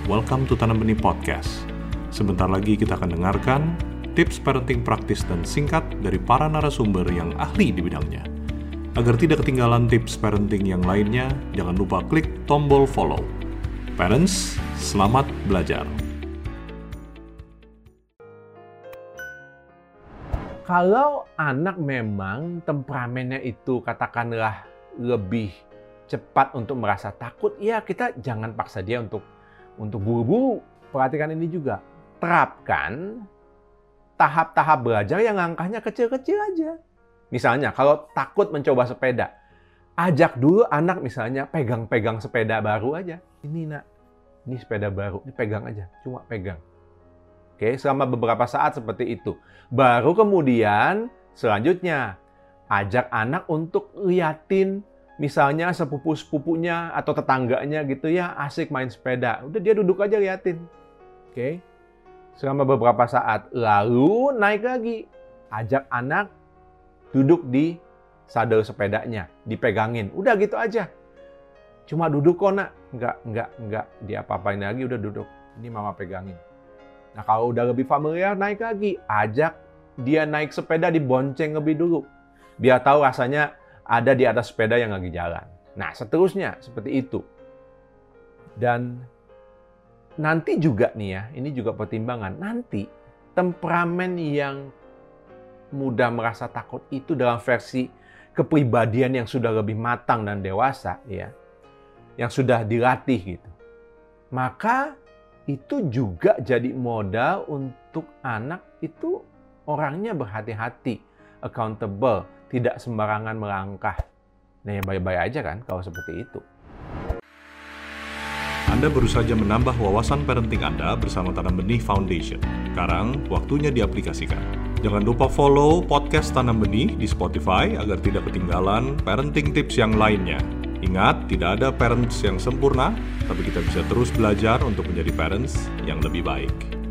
welcome to Tanam Benih Podcast. Sebentar lagi kita akan dengarkan tips parenting praktis dan singkat dari para narasumber yang ahli di bidangnya. Agar tidak ketinggalan tips parenting yang lainnya, jangan lupa klik tombol follow. Parents, selamat belajar. Kalau anak memang temperamennya itu katakanlah lebih cepat untuk merasa takut, ya kita jangan paksa dia untuk buru-buru. Perhatikan ini juga. Terapkan tahap-tahap belajar yang langkahnya kecil-kecil aja. Misalnya kalau takut mencoba sepeda, ajak dulu anak misalnya pegang-pegang sepeda baru aja. Ini nak, ini sepeda baru, ini pegang aja, cuma pegang. Oke, selama beberapa saat seperti itu. Baru kemudian selanjutnya ajak anak untuk liatin misalnya sepupu-sepupunya atau tetangganya gitu ya, asik main sepeda. Udah dia duduk aja liatin. Oke. Selama beberapa saat. Lalu naik lagi. Ajak anak duduk di sadel sepedanya, dipegangin. Udah gitu aja. Cuma duduk kok nak. Enggak. Dia apa-apain lagi, udah duduk. Ini mama pegangin. Nah kalau udah lebih familiar, naik lagi. Ajak dia naik sepeda, dibonceng lebih dulu. Biar tahu rasanya ada di atas sepeda yang lagi jalan. Nah, seterusnya seperti itu. Dan nanti juga nih ya, ini juga pertimbangan. Nanti temperamen yang mudah merasa takut itu dalam versi kepribadian yang sudah lebih matang dan dewasa ya, yang sudah dilatih gitu. Maka itu juga jadi modal untuk anak itu orangnya berhati-hati, accountable, tidak sembarangan melangkah. Nah, ya baik-baik aja kan kalau seperti itu. Anda baru saja menambah wawasan parenting Anda bersama Tanam Benih Foundation. Sekarang, waktunya diaplikasikan. Jangan lupa follow podcast Tanam Benih di Spotify agar tidak ketinggalan parenting tips yang lainnya. Ingat, tidak ada parents yang sempurna, tapi kita bisa terus belajar untuk menjadi parents yang lebih baik.